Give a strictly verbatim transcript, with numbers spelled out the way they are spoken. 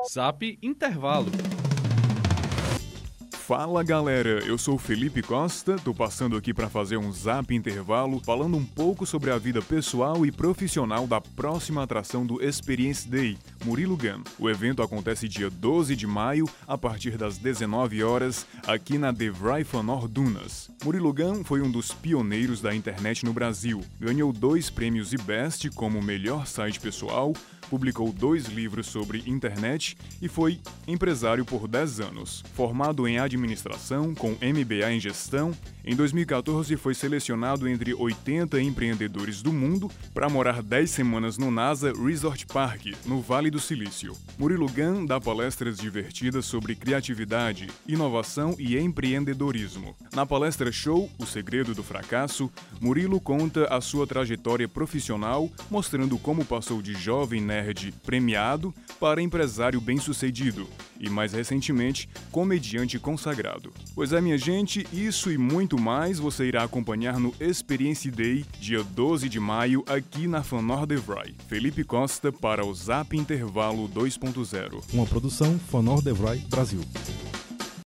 Zap Intervalo. Fala galera, eu sou o Felipe Costa, tô passando aqui para fazer um Zap Intervalo falando um pouco sobre a vida pessoal e profissional da próxima atração do Experience Day, Murilo Gun. O evento acontece dia doze de maio, a partir das dezenove horas, aqui na DeVry Fanor Dunas. Murilo Gun foi um dos pioneiros da internet no Brasil, ganhou dois prêmios iBest como melhor site pessoal, publicou dois livros sobre internet e foi empresário por dez anos. Formado em administração com M B A em gestão, em dois mil e quatorze foi selecionado entre oitenta empreendedores do mundo para morar dez semanas no NASA Resort Park, no Vale do Silício. Murilo Gun dá palestras divertidas sobre criatividade, inovação e empreendedorismo. Na palestra show O Segredo do Fracasso, Murilo conta a sua trajetória profissional, mostrando como passou de jovem nerd premiado para empresário bem-sucedido e, mais recentemente, comediante consagrado. Pois é, minha gente, isso e muito mais você irá acompanhar no Experience Day, dia doze de maio, aqui na Fanor DeVry. Felipe Costa para o Zap Intervalo dois ponto zero. Uma produção Fanor DeVry Brasil.